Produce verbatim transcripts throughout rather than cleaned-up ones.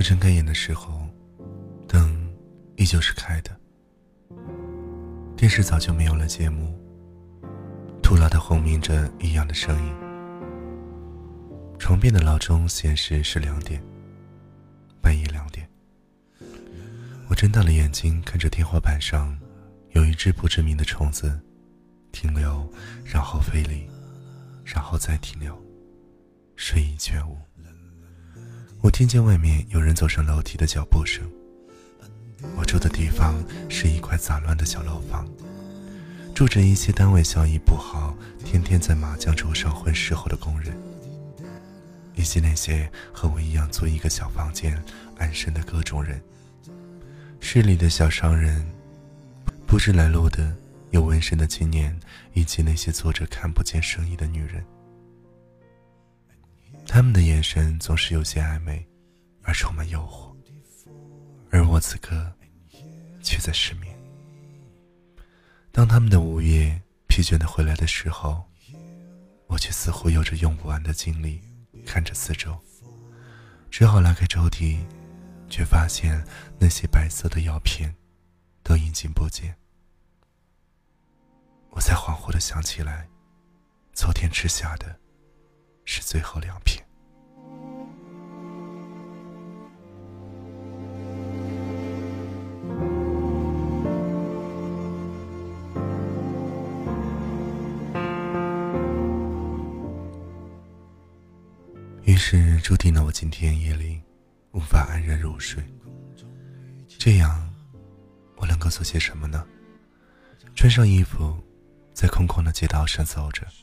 我睁开眼的时候，灯依旧是开的，电视早就没有了节目，徒劳地轰鸣着一样的声音。床边的闹钟显示是两点，半夜两点。我睁大了眼睛，看着天花板上有一只不知名的虫子停留，然后飞离，然后再停留，睡意全无。我听见外面有人走上楼梯的脚步声。我住的地方是一块杂乱的小楼房，住着一些单位效益不好，天天在麻将桌上混时候的工人，以及那些和我一样租一个小房间安身的各种人。市里的小商人，不知来路的有纹身的青年，以及那些做着看不见生意的女人。他们的眼神总是有些暧昧而充满诱惑，而我此刻却在失眠。当他们的午夜疲倦地回来的时候，我却似乎有着用不完的精力看着四周，只好拉开抽屉，却发现那些白色的药片都已经不见。我才恍惚地想起来，昨天吃下的是最后两片。于是注定了我今天夜里无法安然入睡。这样我能够做些什么呢？穿上衣服，在空旷的街道上走着。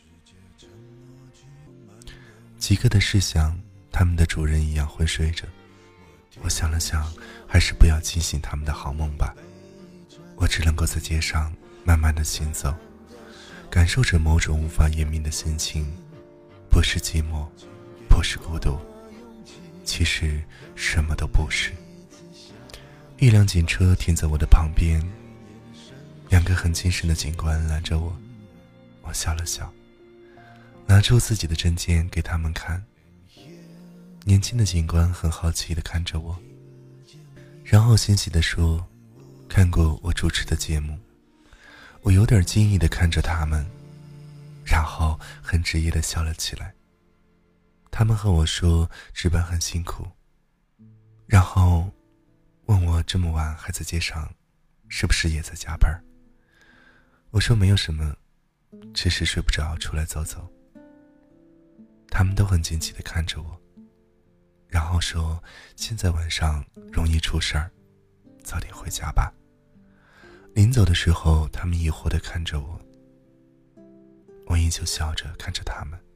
几个的是像他们的主人一样昏睡着，我想了想，还是不要惊醒他们的好梦吧。我只能够在街上慢慢的行走，感受着某种无法言明的心情，不是寂寞，不是孤独，其实什么都不是。一辆警车停在我的旁边，两个很精神的警官拦着我。我笑了笑，拿出自己的证件给他们看。年轻的警官很好奇地看着我，然后欣喜地说，看过我主持的节目。我有点惊异地看着他们，然后很职业地笑了起来。他们和我说值班很辛苦，然后问我这么晚还在街上是不是也在加班。我说没有什么，只是睡不着，出来走走。他们都很惊奇地看着我，然后说现在晚上容易出事儿，早点回家吧。临走的时候，他们疑惑地看着我，我依旧笑着看着他们。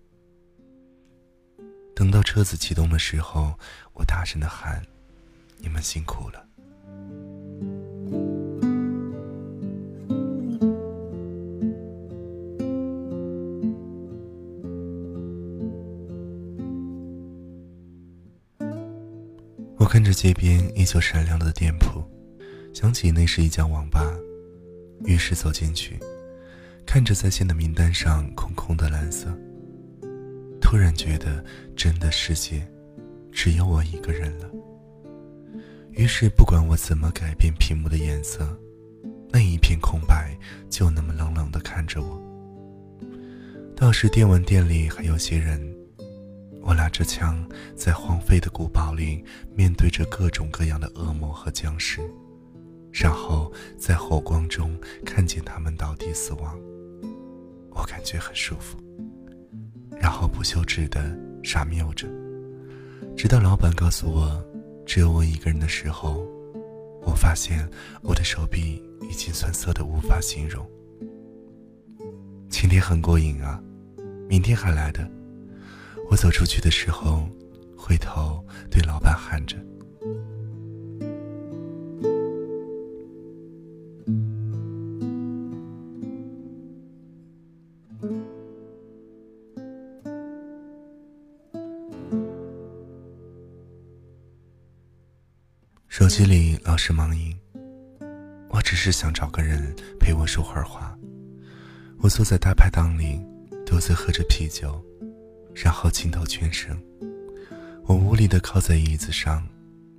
等到车子启动的时候，我大声地喊，你们辛苦了。我看着街边依旧闪亮的店铺，想起那是一家网吧，于是走进去，看着在线的名单上空空的蓝色，突然觉得真的世界只有我一个人了。于是不管我怎么改变屏幕的颜色，那一片空白就那么冷冷地看着我。倒是电玩店里还有些人，我拿着枪在荒废的古堡里面对着各种各样的恶魔和僵尸，然后在火光中看见他们倒地死亡，我感觉很舒服，然后不休止地傻瞄着，直到老板告诉我只有我一个人的时候，我发现我的手臂已经酸涩得无法形容。今天很过瘾啊，明天还来的。我走出去的时候，回头对老板喊着。手机里老是忙音，我只是想找个人陪我说会儿话。我坐在大排档里，独自喝着啤酒，然后倾倒全身。我无力地靠在椅子上，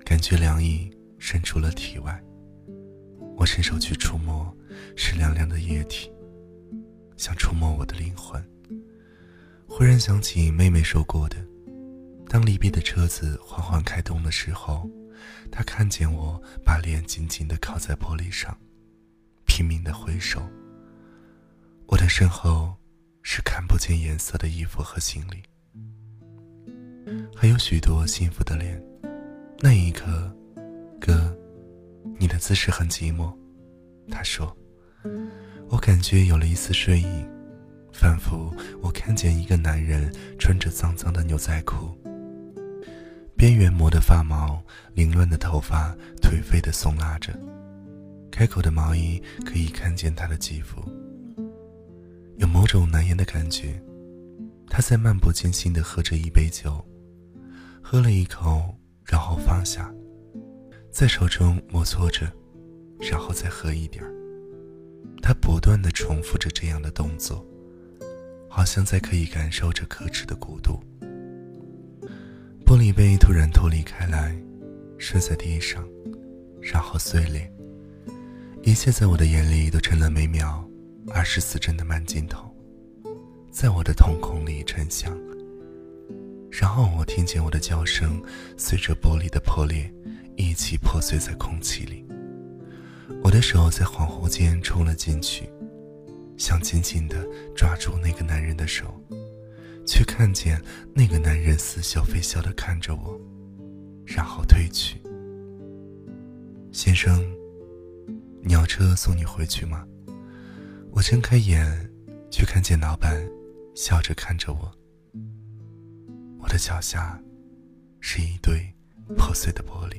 感觉凉意渗出了体外。我伸手去触摸，是凉凉的液体，想触摸我的灵魂。忽然想起妹妹说过的，当离别的车子缓缓开动的时候，她看见我把脸紧紧地靠在玻璃上，拼命地挥手。我的身后是看不见颜色的衣服和行李，还有许多幸福的脸。那一刻，哥，你的姿势很寂寞，他说。我感觉有了一丝睡意，仿佛我看见一个男人穿着脏脏的牛仔裤，边缘磨的发毛，凌乱的头发颓废地松拉着，开口的毛衣可以看见他的肌肤。有某种难言的感觉，他在漫不经心地喝着一杯酒，喝了一口，然后放下，在手中摩挲着，然后再喝一点儿。他不断地重复着这样的动作，好像在可以感受着可耻的孤独。玻璃杯突然脱离开来，摔在地上，然后碎裂。一切在我的眼里都成了每秒二十四帧的慢镜头，在我的瞳孔里沉响。然后我听见我的叫声随着玻璃的破裂一起破碎在空气里。我的手在恍惚间冲了进去，想紧紧地抓住那个男人的手，却看见那个男人似笑非笑地看着我，然后退去。先生，你要车送你回去吗？我睁开眼，却看见老板笑着看着我。我的脚下是一堆破碎的玻璃。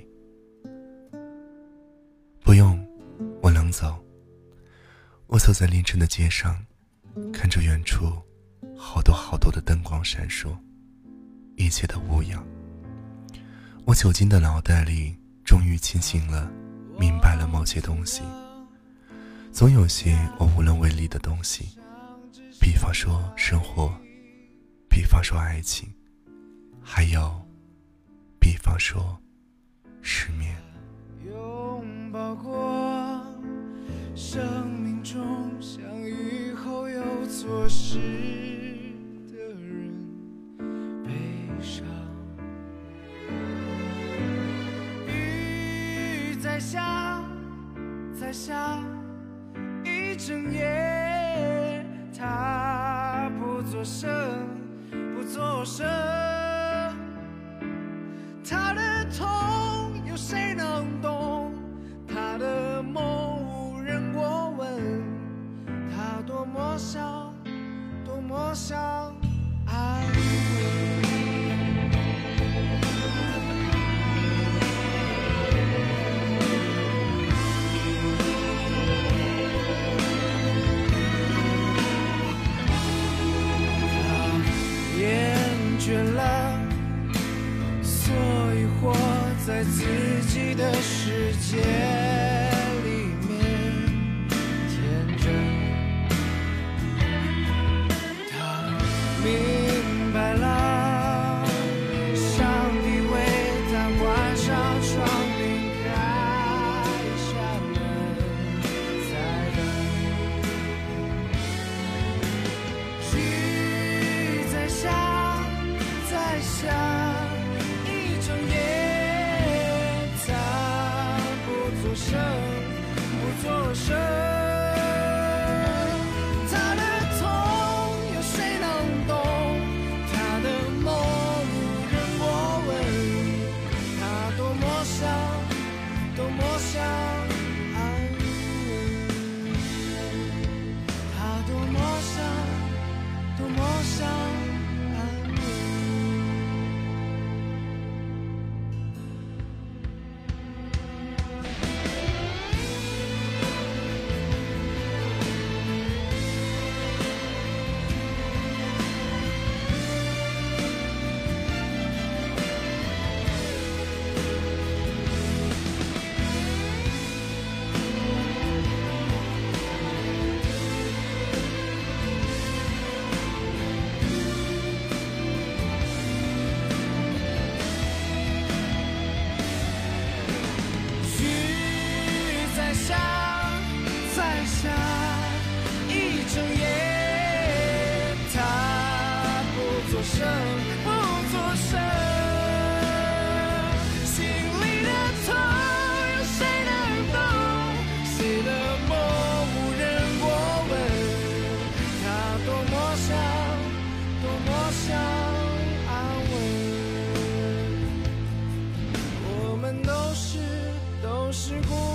不用，我能走。我走在凌晨的街上，看着远处好多好多的灯光闪烁，一切的无恙。我酒精的脑袋里终于清醒了，明白了某些东西。总有些我无能为力的东西，比方说生活，比方说爱情，还有比方说失眠。 拥抱过生命中相遇后又错失的人，悲伤。雨在下，在下一整夜，他不作声，不作声。他的痛有谁能懂？他的梦无人过问。他多么想，多么想安慰。他厌倦了，所以活在自己的世界里面天真。他明白了，上帝为他关上窗并开扇门，在等。雨在下，在下一整夜，他不作声，不作声。他的痛有谁能懂？他的梦无人过问。他多么想，多么想安慰。他多么想，多么想安慰。 作声，不作声。心里的痛，有谁能懂？谁的梦无人过问？他多么想，多么想安稳。我们都是，都是孤